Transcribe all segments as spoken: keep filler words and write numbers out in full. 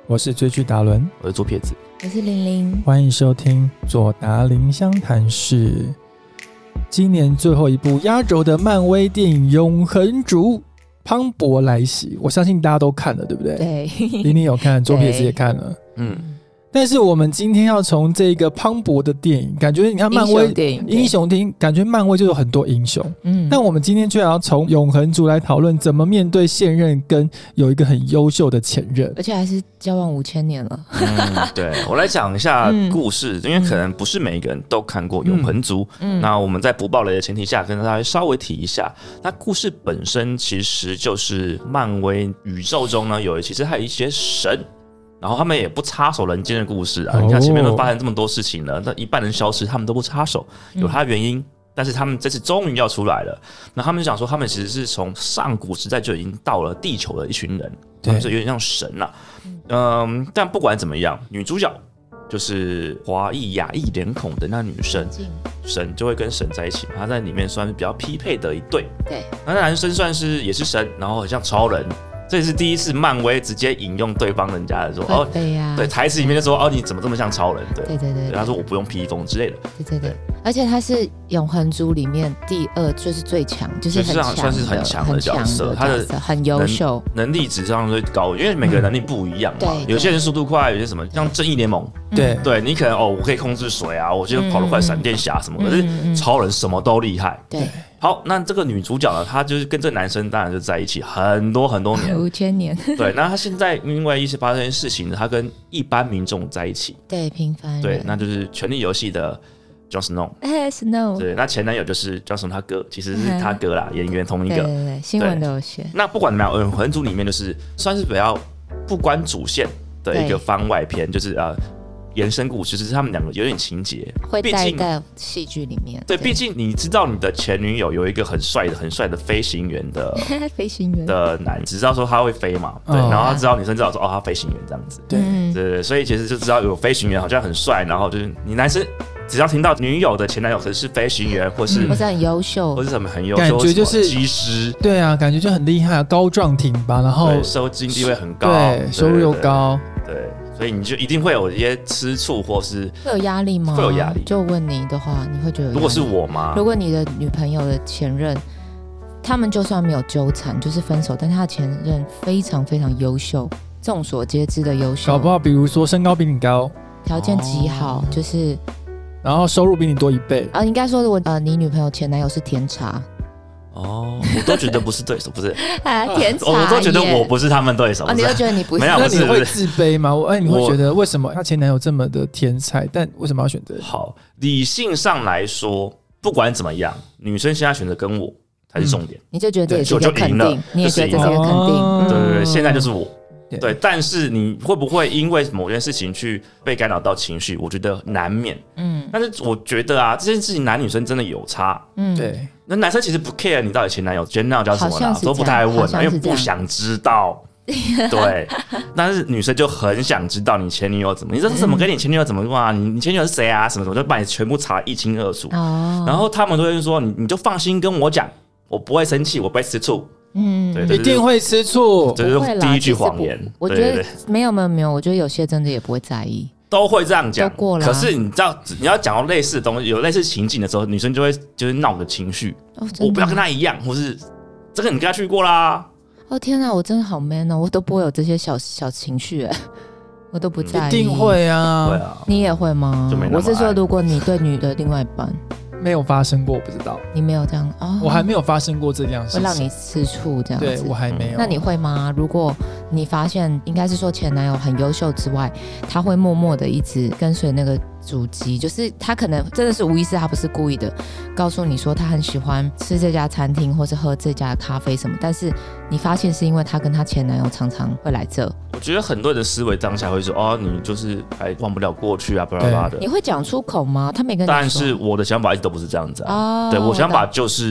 我是追剧达伦， 我是左撇子， 我是玲玲， 欢迎收听左达林湘谈室。今年最后一部压轴的漫威电影《永恒族》磅礴来袭，我相信大家都看了，对不对？ 对， 玲玲有看，左撇子也看了，嗯。但是我们今天要从这个磅礴的电影，感觉你看漫威英雄电影， 英雄电影感觉漫威就有很多英雄，嗯，但我们今天却要从永恒族来讨论怎么面对现任跟有一个很优秀的前任， 而且还是交往五千年了。 嗯，对，我来讲一下故事，嗯、因为可能不是每一个人都看过永恒族，嗯，那我们在不爆雷的前提下，跟大家稍微提一下，那故事本身其实就是漫威宇宙中呢，有其实还有一些神。然后他们也不插手人间的故事啊！你看前面都发生这么多事情了，那一半人消失，他们都不插手，有他的原因。但是他们这次终于要出来了，那他们就想说，他们其实是从上古时代就已经到了地球的一群人，他们是有点像神啦、啊。嗯，但不管怎么样，女主角就是华裔亚裔脸孔的那女生，神就会跟神在一起嘛，她在里面算是比较匹配的一对。 对， 那男生算是也是神，然后很像超人。这也是第一次漫威直接引用对方人家的说哦，对台词里面就说哦，你怎么这么像超人？对对对 对, 对， 他说我不用披风之类的。 对对 对, 对，而且他是永恒族里面第二，就是最强，就是很强的， 算是很强的角色，他的很优秀， 能力值上最高，因为每个人能力不一样嘛。嗯、有些人速度快，有些什么像正义联盟， 对、嗯、 对，你可能哦，我可以控制水啊，我就跑得快，闪电侠什么，可是超人什么都厉害。 对。 好，那这个女主角呢？她就是跟这个男生当然就在一起很多很多年， 五千年。 对，那她现在因为一些发生一些事情，她跟一般民众在一起， 对，平凡人， 对，那就是《权力游戏》的 Jon Snow， 哎 ，Snow， 对， 那前男友就是 Jon Snow 他哥，其实是他哥啦，演员同一个， 对对对，新闻都有写。 那不管怎么样，永恒族里面就是算是比较不关主线的一个番外篇，就是呃。延伸故事就是他们两个有点情节， 会带到戏剧里面。 对，毕竟你知道你的前女友有一个很帅的、很帅的飞行员的飞行员的男，只知道说他会飞嘛，对，哦、然后他知道女生知道说哦，他飞行员这样子，对对对，所以其实就知道有飞行员好像很帅，然后就是你男生只要听到女友的前男友可能是飞行员，或是、 嗯、或是很优秀， 或是什么很优秀， 感觉就是机师， 对啊，感觉就很厉害，高壮挺拔，然后收经地位很高， 对，收入又高， 对。对所以你就一定会有一些吃醋，或是会有压力吗？ 会有压力。 就问你的话，你会觉得有压力？ 如果是我吗？ 如果你的女朋友的前任，他们就算没有纠缠，就是分手，但他的前任非常非常优秀，众所皆知的优秀， 搞不好比如说身高比你高， 条件极好，哦、就是， 然后收入比你多一倍。 啊，应该说，如果呃你女朋友前男友是甜茶。 哦，我都觉得不是对手，不是啊，甜茶， 我都觉得我不是他们对手。 哦，你都觉得你不是？ 没有， 那你会自卑吗？哎，你会觉得为什么她前男友这么的天才，但为什么要选择？ 好，理性上来说，不管怎么样，女生现在选择跟我才是重点。 嗯、你就觉得这也是一个肯定，你也觉得这是一个肯定。 哦、 对对对，现在就是我。对，但是你会不会因为某件事情去被干扰到情绪？我觉得难免。嗯，但是我觉得啊，这件事情男女生真的有差。 嗯， 对。 那男生其实不 care 你到底前男友、前男友叫什么啦，都不太爱问，因为不想知道。对，但是女生就很想知道你前女友怎么，你这是怎么跟你前女友怎么哇？你你前女友是谁啊？什么什么，就把你全部查一清二楚。哦。然后他们都会说你，你就放心跟我讲，我不会生气，我不会吃醋。 嗯， 对， 一定会吃醋， 这是第一句谎言。 我觉得没有没有没有，我觉得有些真的也不会在意， 都会这样讲。可是你知道，你要讲到类似的东西，有类似情境的时候，女生就会就是闹个情绪，哦、我不要跟他一样，或是这个你跟他去过啦。 哦天哪，我真的好 man 哦，我都不会有这些小小情绪哎，我都不在意。 一定会啊， 会啊， 你也会吗？我是说，如果你对女的另外一半。 没有发生过，我不知道。 你没有这样哦， 我还没有发生过这样事情， 会让你吃醋这样子。 对，我还没有。 那你会吗？如果你发现，应该是说前男友很优秀之外，他会默默的一直跟随那个主机，就是他可能真的是无意识，他不是故意的，告诉你说他很喜欢吃这家餐厅或是喝这家咖啡什么，但是你发现是因为他跟他前男友常常会来这。 我觉得很多人的思维当下会说，哦，你就是还忘不了过去啊，巴拉巴拉的。 你会讲出口吗？他没跟你说。 但是我的想法一直都不是这样子啊。哦、对，我想法就是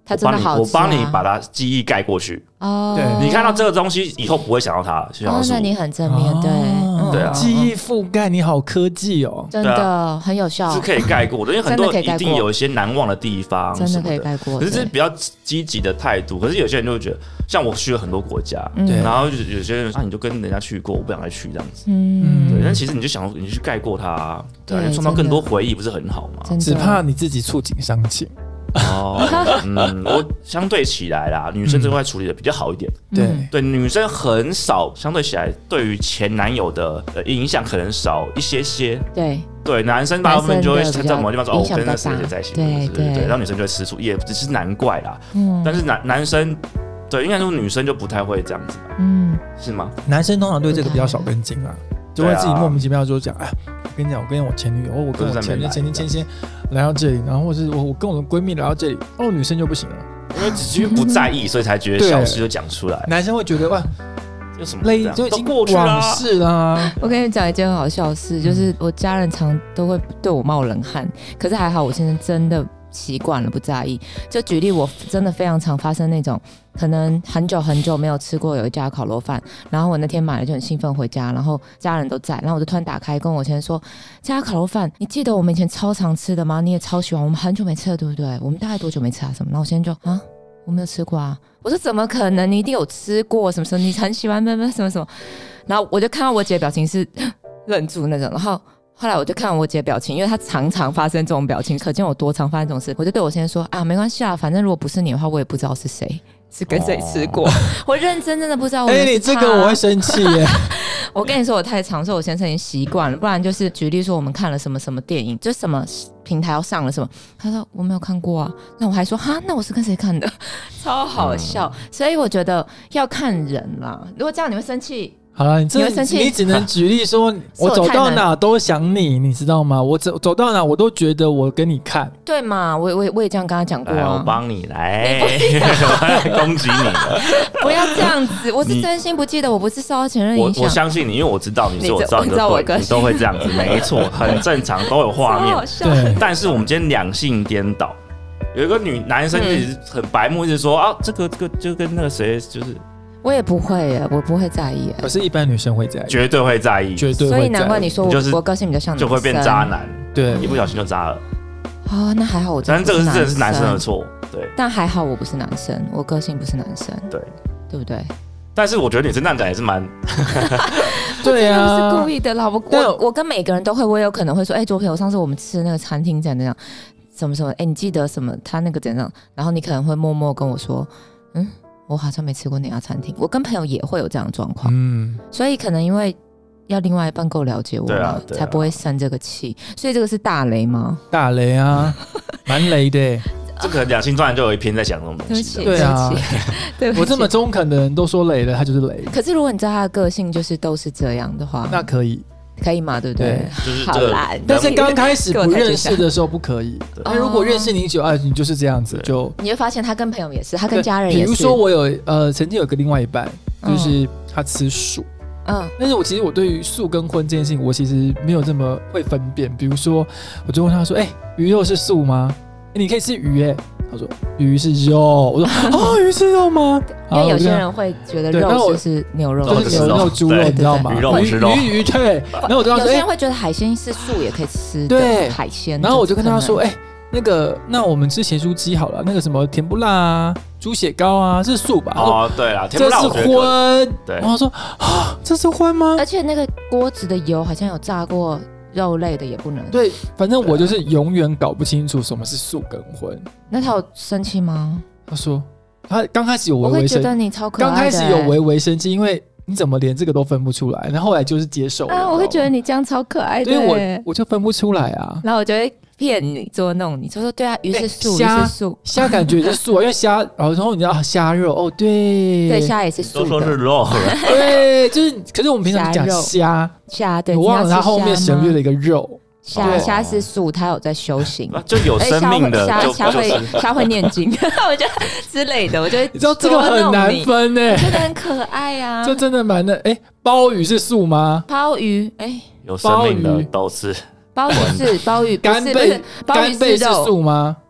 它真的好吃、啊、 我帮你把它记忆盖过去。 哦， 对， 你看到这个东西以后不会想到它，就想到树。 哦，那你很正面，对、 哦、 对啊， 记忆覆盖，你好科技哦， 真的、啊、很有效， 是可以盖过的，因为很多人一定有一些难忘的地方， 真的可以盖过。 可是这是比较积极的态度，可是有些人就会觉得，像我去了很多国家， 嗯、 然后有些人说、啊、你就跟人家去过，我不想再去这样子， 嗯， 对。但其实你就想，你去盖过它、啊，对，创造更多回忆，不是很好吗？ 只怕你自己触景伤情。 哦，嗯，我相对起来啦，女生这块处理的比较好一点。 对、 嗯、 对，女生很少，相对起来，对于前男友的影响可能少一些些。 对对，男生大部分就会在某个地方说，哦，我跟那谁谁在一起， 对对对，然后女生就会吃醋，也只是难怪啦。嗯，但是男男生，对，应该说女生就不太会这样子。嗯，是吗？ 男生通常对这个比较少跟进啦，就会自己莫名其妙就讲，哎。我跟你讲，我跟我前女友，我跟我前任前前前前来到这里，然后或是我我跟我的闺蜜来到这里，哦，女生就不行了， 因为只是因为不在意，所以才觉得小事就讲出来。 男生会觉得哇， 有什么累就已经过去往事啦。 我跟你讲一件很好笑的事，就是我家人常都会对我冒冷汗，可是还好我现在真的习惯了，不在意。就举例，我真的非常常发生那种。可能很久很久没有吃过有一家烤肉饭，然后我那天买了就很兴奋回家，然后家人都在，然后我就突然打开跟我先生说，这家烤肉饭你记得我们以前超常吃的吗？你也超喜欢，我们很久没吃了对不对？我们大概多久没吃啊什么？然后我先生就啊我没有吃过啊，我说怎么可能，你一定有吃过什么什么，你很喜欢什么什么什么，然后我就看到我姐表情是愣住那种，然后后来我就看我姐表情，因为她常常发生这种表情，可见我多常发生这种事，我就对我先生说啊没关系啊，反正如果不是你的话我也不知道是谁是跟谁吃过、哦、我认真真的不知道我。哎、 欸，你这个我会生气耶！ 我跟你说，我太常说，我先生已经习惯了。不然就是举例说，我们看了什么什么电影，就什么平台要上了什么，他说我没有看过啊。那我还说哈，那我是跟谁看的？超好笑。嗯、所以我觉得要看人啦。如果这样你会生气。 好了，你这你只能举例说，我走到哪都想你，你知道吗？我走走到哪我都觉得我跟你看， 对嘛？我我我也这样跟他讲过啊。 我帮你来，我来攻击你了。 不要这样子，我是真心不记得，我不是受到前任影响。 我我相信你，因为我知道你，所以我知道你都会，你都会这样子，没错，很正常，都有画面。 对， 但是我们今天两性颠倒，有一个女男生一直很白目，一直说、嗯、啊，这个这个就跟那个谁就是。 我也不会耶，我不会在意耶。 可是，一般女生会在意， 绝对会在意， 绝对会在意。 所以难怪你说我、就是、我个性比较像男生， 就会变渣男。 对， 一不小心就渣了。 哦，那还好我真的不是男生。 但是这个真的是男生的错，对。 但还好我不是男生，我个性不是男生， 对， 对不对？ 但是我觉得女生这样讲也是蛮…… 对啊， 我不是故意的啦。我我我跟每个人都会，我有可能会说，哎、欸，昨天我上次我们吃的那个餐厅怎样怎样，什么什么，哎、欸，你记得什么？他那个怎样？然后你可能会默默跟我说，嗯。我好像没吃过那家餐厅，我跟朋友也会有这样的状况，嗯，所以可能因为要另外一半够了解我嘛，啊啊、才不会生这个气。所以这个是大雷吗？ 大雷啊，蛮雷的。 这个两性专栏就有一篇在讲这种东西。 对啊，对我这么中肯的人都说雷了，他就是雷。 可是如果你知道他的个性就是都是这样的话， 那可以。 可以嘛？对不对？ 对就是好啦， 但是刚开始不认识的时候不可以。那如果认识你久，啊，你就是这样子，就你会发现他跟朋友也是，他跟家人也是。 比如说我有呃，曾经有个另外一半，就是他吃素，嗯，但是我其实我对于素跟荤这件事情，我其实没有这么会分辨。比如说，我就问他说：“哎、欸，鱼肉是素吗？欸、你可以吃鱼哎、欸。”他说鱼是肉，我说啊鱼是肉吗？ 因为有些人会觉得肉就是牛肉， 就是牛肉、猪肉，你知道吗？ 鱼肉是肉， 鱼鱼对。然后我就跟他说， 有些人会觉得海鲜是素也可以吃， 对海鲜。 然后我就跟他说，哎，那个那我们吃咸酥鸡好了，那个什么甜不辣啊、猪血糕啊，是素吧？ 哦，对啦，甜不辣这是荤。 对， 然后他说啊，这是荤吗？ 而且那个锅子的油好像有炸过。肉类的也不能。 对，反正我就是永远搞不清楚什么是素跟荤。 那他有生气吗？ 他说他刚开始有微微生， 我会觉得你超可爱的、 欸。刚开始有微微生气，因为你怎么连这个都分不出来？然后后来就是接受了。 啊，我会觉得你这样超可爱的、 欸，所以我我就分不出来啊。 然后我就会骗你捉弄你，就说对啊，鱼是素，鱼、 欸、 是素， 虾感觉也是素啊，因为虾，然后你知道虾肉哦，对， 对，虾也是素的， 都说是肉， 对，就是，可是我们平常讲虾， 虾对， 我忘了它后面省略了一个肉。 虾虾是素，它有在修行， 就有生命的， 虾虾会虾会念经，我觉得之类的，我觉得你知道这个很难分呢、欸， 真的很可爱呀、啊， 这真的蛮的。哎、欸，鲍鱼是素吗？ 鲍鱼，哎、欸， 有生命的都是。 鲍鱼是鲍鱼， 干贝，干贝是素吗？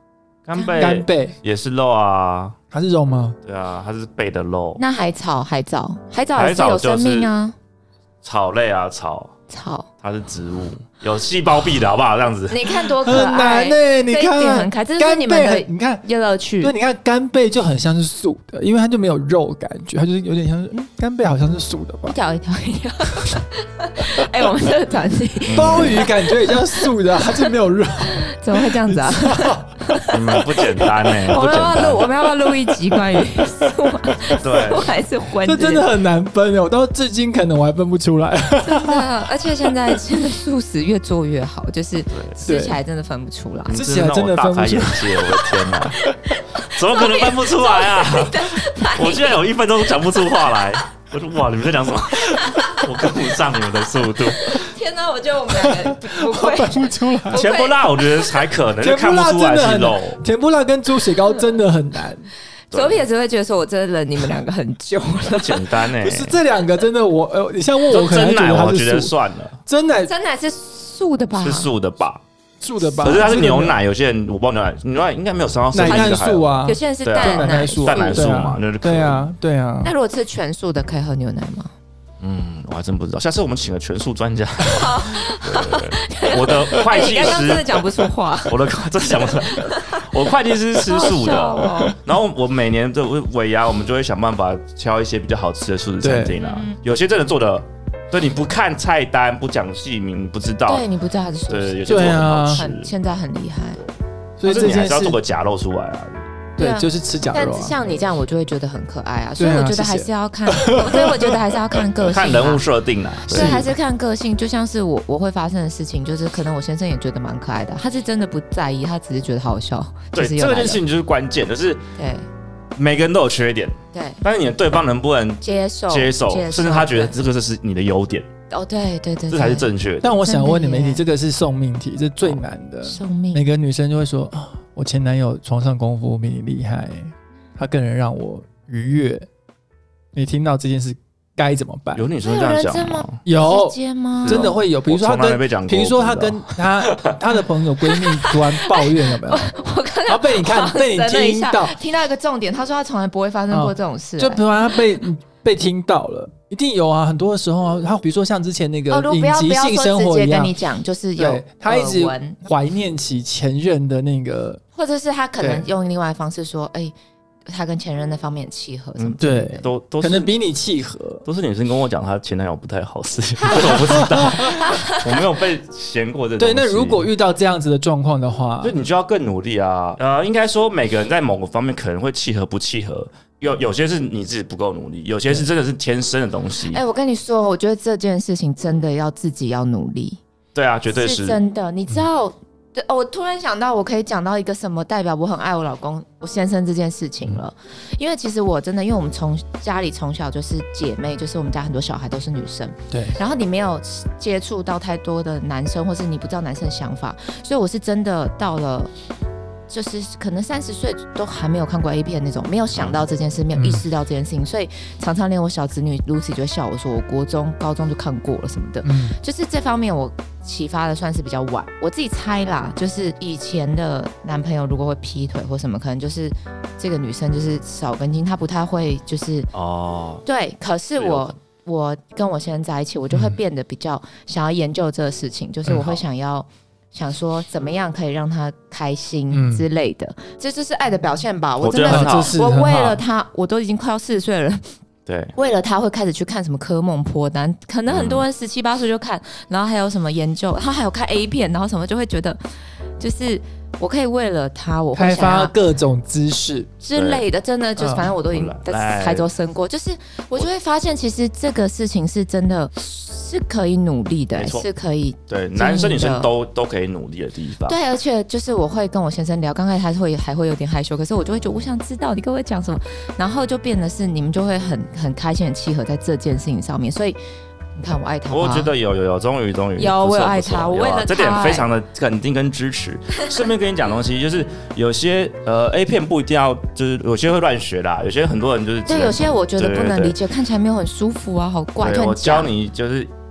干贝干贝也是肉啊， 它是肉吗？ 对啊，它是贝的肉。 那海草，海藻，海藻也是有生命啊， 草类啊，草。 草， 它是植物，有细胞壁的好不好？这样子， 你看多可爱， 很难呢、欸。你看， 很可爱，这是你们的你看乐趣。 对，你看干贝就很像是素的，因为它就没有肉感觉，它就是有点像是，嗯，干贝好像是素的吧？ 一条一条一条。哎、欸，我们这个团体， 鲍鱼感觉也像素的、啊，它就没有肉， 怎么会这样子啊？ 你们不简单呢、欸。 我们要不要录？我们要不要录一集关于素、啊？ 对， 素还是荤？ 这真的很难分诶，我到至今可能我还分不出来。 真的，而且现在现在素食越做越好，就是吃起来真的分不出来。 吃起来真的分不出来， 我的天哪！怎么可能分不出来啊？我居然有一分钟讲不出话来。我说哇，你们在讲什么？我跟不上你们的速度。 天哪，我觉得我们两个不会分不出来。 甜不辣，我觉得还可能，就看不出来是肉。 甜不辣跟猪血糕真的很难。 左撇子会觉得说，我真的忍你们两个很久了。 简单哎、欸， 不是这两个真的我，呃，你像问我，可能真奶我觉得算了。 真奶， 真奶是素的吧？ 是素的吧？ 素的吧？ 可是它是牛奶，有些人我不知道牛奶，牛奶应该没有伤到奶蛋素啊。 有些人是蛋奶素， 蛋奶素嘛，就是对啊，对啊。 那如果吃全素的，可以喝牛奶吗？ 嗯，我还真不知道。下次我们请个全素专家。我的会计师， 你刚刚真的讲不出话。 我的真的讲不出来。我会计师吃素的，哦、然后我每年的尾牙，我们就会想办法挑一些比较好吃的素食餐厅啦。有些真的做的，对你不看菜单，不讲细名，你不知道。 对，你不知道它是素食。 对，有些做得很好吃， 很现在很厉害。 所以这你还是要做个假肉出来啊。 对，就是吃假肉、啊。 但像你这样，我就会觉得很可爱啊，所以我觉得还是要看，所以我觉得还是要看个性、啊， 看人物设定啦。 对，还是看个性。就像是我我会发生的事情，就是可能我先生也觉得蛮可爱的，他是真的不在意，他只是觉得好笑。 对， 就是、 这件事情就是关键，就是对每个人都有缺点， 对， 但是你的对方能不能接受接受，甚至他觉得这个是你的优点。 哦，对对 对, 對， 这才是正确的。 但我想问你们一题，这个是送命题，这最难的。 送命， 每个女生就会说啊，我前男友床上功夫比你厉害。他更能让我愉悦，你听到这件事该怎么办？ 有女生这样讲吗？ 有， 吗？ 真的会有。比如说他跟，比如说他跟他他的朋友闺蜜突然抱怨，有没有？ 我刚然后被你看，被你听到， 听到一个重点，他说他从来不会发生过这种事、欸， 就突然他被被听到了。一定有啊，很多的时候啊，他比如说像之前那个影集性生活一样， 跟你讲，就是有他一直怀念起前任的那个， 或者是他可能用另外的方式说，哎、欸。他跟前任那方面契合什么、嗯？ 对， 都都可能比你契合。 都是女生跟我讲，她前男友不太好事，我不知道，我没有被嫌过这种。 对，那如果遇到这样子的状况的话， 就你就要更努力啊。呃，应该说每个人在某个方面可能会契合不契合，有有些是你自己不够努力，有些是真的是天生的东西。 哎、欸，我跟你说，我觉得这件事情真的要自己要努力。 对啊，绝对是, 是真的。你知道？嗯对哦，我突然想到，我可以讲到一个什么代表我很爱我老公、我先生这件事情了。因为其实我真的，因为我们从家里从小就是姐妹，就是我们家很多小孩都是女生， 对。 然后你没有接触到太多的男生，或是你不知道男生的想法，所以我是真的到了。就是可能三十岁都还没有看过 A 片那种，没有想到这件事，没有意识到这件事情，嗯、所以常常连我小侄女 Lucy 就会笑我说，我国中、高中就看过了什么的。嗯，就是这方面我启发的算是比较晚。我自己猜啦，就是以前的男朋友如果会劈腿或什么，可能就是这个女生就是少根筋，她不太会就是哦，对。可是我我跟我先生在一起，我就会变得比较想要研究这个事情，就是我会想要。想说怎么样可以让他开心之类的，嗯、这就是爱的表现吧。我真的是，我为了他，我都已经快要四十岁了。 对， 为了他会开始去看什么科梦破单，可能很多人十七八岁就看，然后还有什么研究，他还有看 A 片，然后什么就会觉得，就是我可以为了他，我会开发各种知识之类的，真的就是反正我都已经在台州生过，就是我就会发现，其实这个事情是真的。是可以努力的，是可以对男生女生都都可以努力的地方。 对，而且就是我会跟我先生聊，刚开始还会还会有点害羞，可是我就会觉得我想知道你跟我讲什么，然后就变得是你们就会很很开心、很契合在这件事情上面。所以你看，我爱他， 我觉得有有有，终于终于有我有爱他，我为了他这点非常的肯定跟支持。顺便跟你讲东西，就是有些呃 A 片不一定要，就是有些会乱学啦，有些很多人就是对，有些我觉得不能理解，看起来没有很舒服啊，好怪。 对，我教你就是。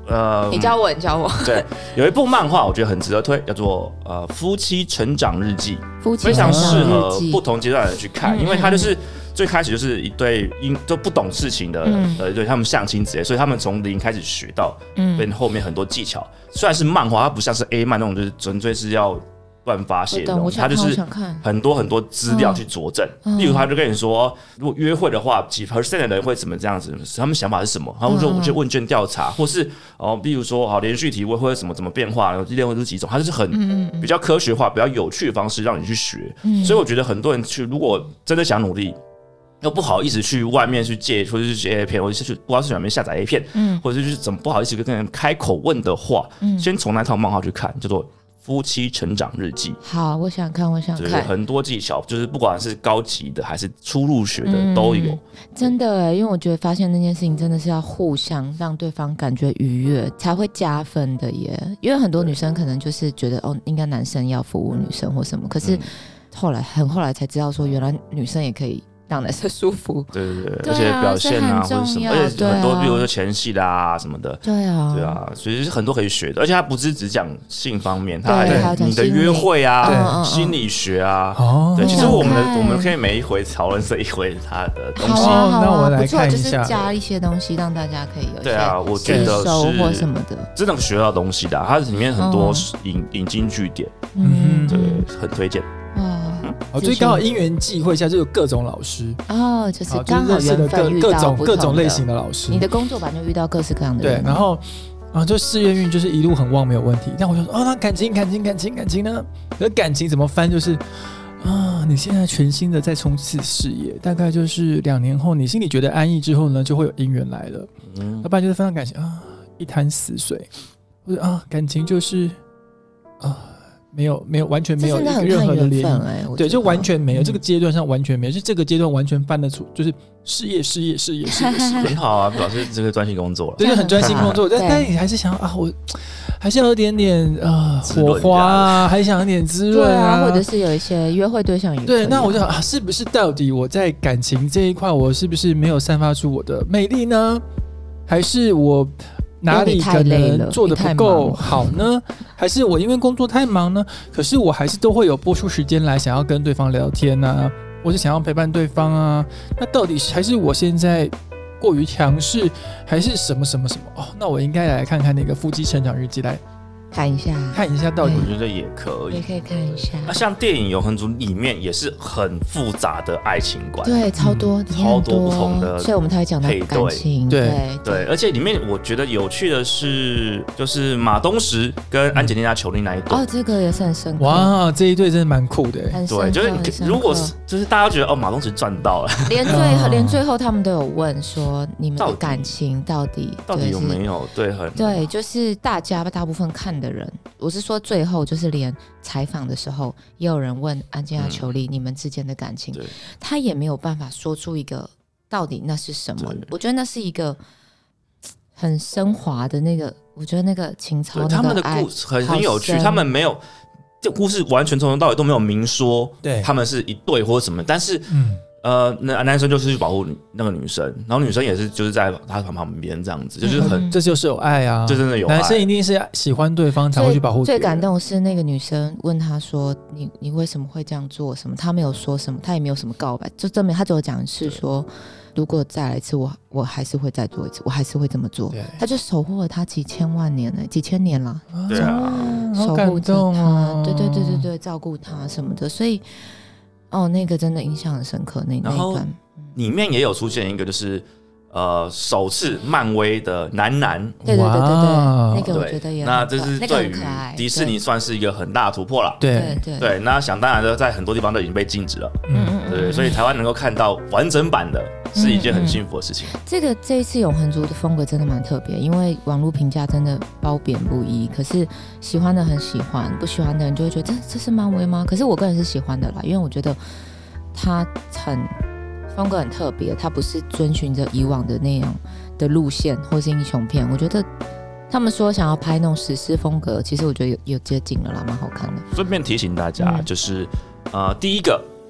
呃，你教我，你教我。 对，有一部漫画我觉得很值得推，叫做呃《夫妻成长日记》，非常适合不同阶段的人去看，嗯、因为它就是最开始就是一对因都不懂事情的，嗯、呃，对他们相亲之类，所以他们从零开始学到，嗯，跟后面很多技巧。虽然是漫画，它不像是 A 漫那种，就是纯粹是要乱发泄的东西，他就是很多很多资料去佐证。嗯、例如，他就跟你说，如果约会的话，几 percent 的人会怎么这样子？他们想法是什么？他们说，我去问卷调查，或是哦，比如说，好连续题会会什么怎么变化，然后练会是几种，它就是很比较科学化、比较有趣的方式让你去学。嗯、所以我觉得很多人去，如果真的想努力，又不好意思去外面去借，或者是借 A 片，或者是去不知道是哪边下载 A 片，嗯、或者是怎么不好意思跟人开口问的话，嗯、先从那套漫画去看，叫做夫妻成长日记。 好，我想看，我想看。 很多技巧，就是不管是高级的还是初入学的、嗯、都有。 真的耶，因为我觉得发现那件事情真的是要互相让对方感觉愉悦才会加分的耶。因为很多女生可能就是觉得哦，应该男生要服务女生或什么，可是后来很后来才知道说，原来女生也可以让男生舒服。 对对 对, 对、啊，而且表现啊或者什么，而且很多、啊、比如说前戏啦、啊、什么的。 对啊， 对啊，所以是很多可以学的，而且它不是只讲性方面，它还有你的约会啊、心理学啊。哦，对，其实我们的我们可以每一回讨论这一回它的东西。 好啊，好啊， 那我来看一下，就是加一些东西让大家可以有一些对啊，我觉得是或什么的， 真的学到东西的、啊。它里面很多引引经据典，嗯，对，很推荐。 哦，所以刚好因缘际会下就有各种老师哦，就是刚好缘分遇到各种各种类型的老师。 你的工作版就遇到各式各样的人， 对，然后啊，就事业运就是一路很旺没有问题。但我就说，哦，那感情感情感情感情呢？可感情怎么翻？就是啊，你现在全新的在冲刺事业，大概就是两年后，你心里觉得安逸之后呢，就会有姻缘来了。嗯，要不然就是翻到感情啊，一潭死水，或者啊，感情就是啊。没有没有完全没有任何的联谊、欸、对，就完全没有、嗯、这个阶段上完全没有，就这个阶段完全翻得出，就是事业事业事业事业事业很好啊，表示这个专心工作了， 对，就很专心工作，但但你还是想啊，我还是要有点点呃火花啊，还想有点滋润 啊, 啊，或者是有一些约会对象也、啊、 对，那我就想啊，是不是到底我在感情这一块，我是不是没有散发出我的魅力呢？还是我哪里可能做得不够好呢？还是我因为工作太忙呢？可是我还是都会有播出时间来想要跟对方聊天啊，或是想要陪伴对方啊。那到底还是我现在过于强势，还是什么什么什么？哦，那我应该来看看那个夫妻成长日记来。 看一下， 看一下到底， 我觉得也可以， 也可以看一下。 那像电影《永恒族》里面也是很复杂的爱情观， 对，超多、嗯、 超多不同的， 所以我们才会讲到感情， 对对, 对, 对。而且里面我觉得有趣的是，就是马东石跟安吉丽娜·裘丽那一对， 哦，这个也是很深刻。 哇，这一对真的蛮酷的， 很深刻。 对，就是如果是就是大家觉得哦，马东石赚到了， 连最后、哦、连最后他们都有问说，你们的感情到底到底有没有？对，很对，就是大家大部分看的人，我是说最后就是连采访的时候也有人问安吉拉·裘丽、嗯、你们之间的感情，他也没有办法说出一个到底那是什么。我觉得那是一个很升华的那个，我觉得那个情操，那个爱， 他们的故事 很, 很有趣，他们没有这故事完全从头到尾都没有明说他们是一对或什么，但是嗯呃，那男生就是去保护那个女生，然后女生也是就是在他旁边这样子，就是很、 嗯、这就是有爱啊， 这真的有爱。 男生一定是喜欢对方才会去保护。 最感动的是那个女生问他说：“你你为什么会这样做？什么？”他没有说什么，他也没有什么告白，就证明他只有讲是说，如果再来一次，我我还是会再做一次，我还是会这么做。他就守护了他几千万年呢、欸，几千年了， 对啊， 守护着他， 哦、 对对对对对，照顾他什么的，所以哦，那个真的印象很深刻，那那一段。 里面也有出现一个，就是呃，首次漫威的男男， 对对对对对，那个我觉得也很， 那这是对于迪士尼算是一个很大的突破了。 对对对，那想当然的，在很多地方都已经被禁止了。嗯嗯对，所以台湾能够看到完整版的，是一件很幸福的事情。嗯嗯这个这一次永恒族的风格真的蛮特别，因为网络评价真的褒贬不一，可是喜欢的很喜欢，不喜欢的人就会觉得这这是漫威吗？可是我个人是喜欢的啦，因为我觉得他很。风格很特别，它不是遵循着以往的那样的路线或是英雄片。我觉得他们说想要拍那种史诗风格，其实我觉得 有, 有接近了啦，蛮好看的。 顺便提醒大家，嗯、就是呃，第一个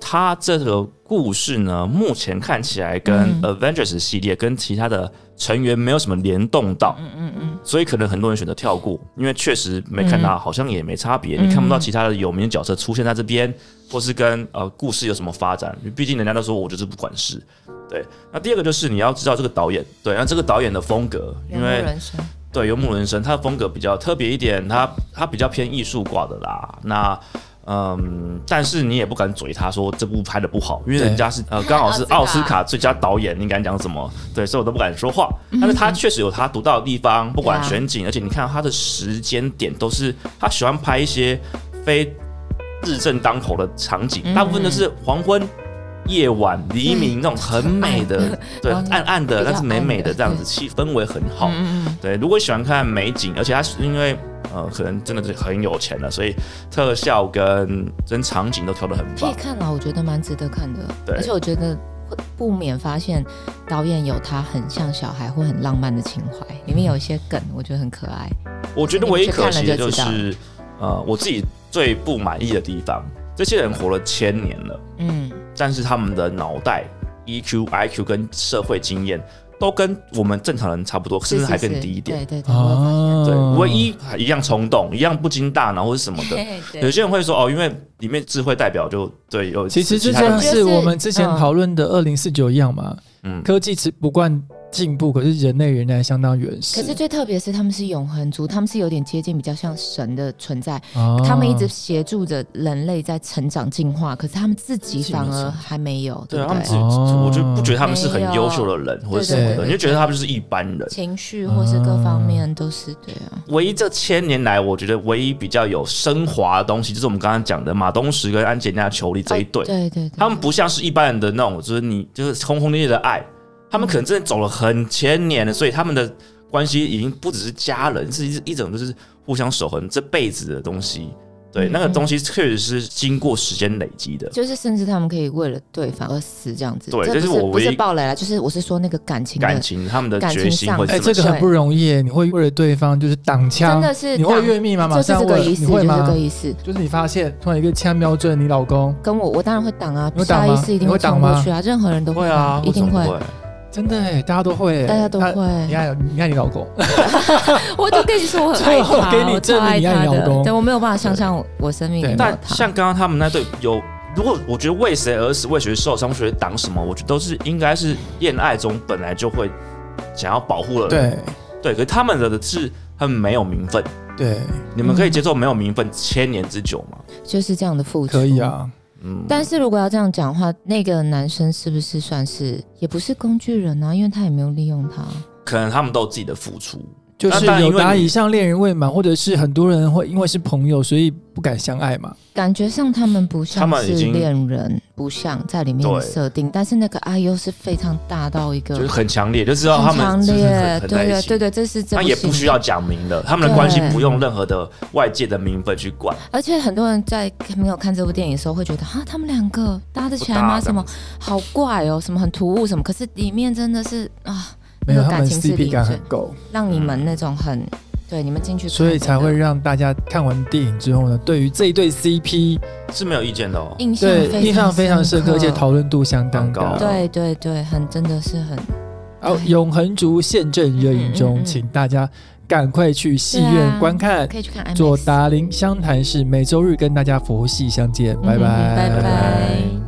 他这个故事呢，目前看起来跟 Avengers 系列跟其他的成员没有什么联动到，嗯嗯嗯，所以可能很多人选择跳过，因为确实没看到，好像也没差别，嗯、你看不到其他的有名的角色出现在这边，或是跟呃故事有什么发展，毕竟人家都说我就是不管事。对，那第二个就是你要知道这个导演，对，那这个导演的风格，因为对游牧人生，他的风格比较特别一点，他他比较偏艺术挂的啦，那。嗯，但是你也不敢嘴他说这部拍的不好，因为人家是呃刚好是奥斯卡最佳导演，你敢讲什么？对，所以我都不敢说话。但是他确实有他独到的地方，不管选景，而且你看他的时间点都是他喜欢拍一些非日正当头的场景，大部分都是黄昏、夜晚、黎明那种很美的，对，暗暗的，但是美美的这样子，气氛围很好。对，如果喜欢看美景，而且他因为。呃，可能真的是很有钱了，所以特效跟跟场景都调得很棒。 可以看了，我觉得蛮值得看的。 对， 而且我觉得不免发现导演有他很像小孩或很浪漫的情怀，里面有一些梗，我觉得很可爱。 我觉得唯一可惜的就是，呃，我自己最不满意的地方，这些人活了千年了，嗯，但是他们的脑袋、E Q、I Q 跟社会经验。都跟我们正常人差不多，甚至还更低一点。 对对对，哦、 对，唯一一样冲动，一样不经大脑或是什么的。有些人会说哦，因为里面智慧代表就对有。 其实就像是我们之前讨论的二零四九一样嘛，嗯，科技不惯进步，可是人类仍然相当原始。 可是最特别是他们是永恒族，他们是有点接近比较像神的存在，哦、他们一直协助着人类在成长进化，可是他们自己反而还没有。 对， 对他们只、哦、我就不觉得他们是很优秀的人，或者什么的，你就觉得他们就是一般人， 情绪或是各方面都是对啊。 唯一这千年来，我觉得唯一比较有升华的东西，就是我们刚刚讲的马东石跟安吉丽娜·裘丽这一对、哦， 对 对, 对， 他们不像是一般人的那种，就是你就是轰轰烈烈的爱。他们可能真的走了很千年了，所以他们的关系已经不只是家人，是一种就是互相守恒这辈子的东西。对，嗯、那个东西确实是经过时间累积的， 就是甚至他们可以为了对方而死这样子。 对， 这是我不是爆雷啦，就是我是说那个感情的感情，他们的决心会哎、欸，这个很不容易，你会为了对方就是挡枪， 真的是你会愿意吗？马上就是这个意思， 你会吗？ 就是这个意思， 就是你发现突然一个枪瞄准你老公， 跟我，我当然会挡啊， 你会挡吗？ 下意识一定会冲过去啊，任何人都会啊， 一定会。 真的哎，大家都会， 大家都会。 你看，你看你老公， 我都跟你说我很爱他， 我给你证明你爱你老公。 对，我没有办法想象我生命里面但像刚刚他们那对有，如果我觉得为谁而死，为谁受伤，为谁挡什么，我觉得都是应该是恋爱中本来就会想要保护的人。 对对，可是他们的是他们没有名分。 对， 你们可以接受没有名分千年之久吗？ 就是这样的付出， 可以啊。 嗯、但是如果要这样讲的话，那个男生是不是算是也不是工具人啊？因为他也没有利用他， 可能他们都有自己的付出， 就是有达以上恋人未满，或者是很多人会因为是朋友，所以不敢相爱嘛。 感觉上他们不像是恋人，不像在里面设定，但是那个爱又是非常大到一个， 就是很强烈，就知道他们强烈，对对对对，这是真。 他也不需要讲明的，他们的关系不用任何的外界的名分去管。 而且很多人在没有看这部电影的时候会觉得，哈，他们两个搭得起来吗？什么好怪哦，什么很突兀什么？可是里面真的是啊，那个感情是 C P 感很够， 让你们那种很。对，你们进去看， 所以才会让大家看完电影之后呢，对于这一对 C P 是没有意见的哦， 印象对印象非常深刻，而且讨论度相当高。 对对对，很真的是很。 哦，永恒族现正热映中，嗯嗯嗯请大家赶快去戏院观看，啊、 可以去看。 做达伶湘潭市，每周日跟大家佛系相见，嗯、拜拜， 拜拜。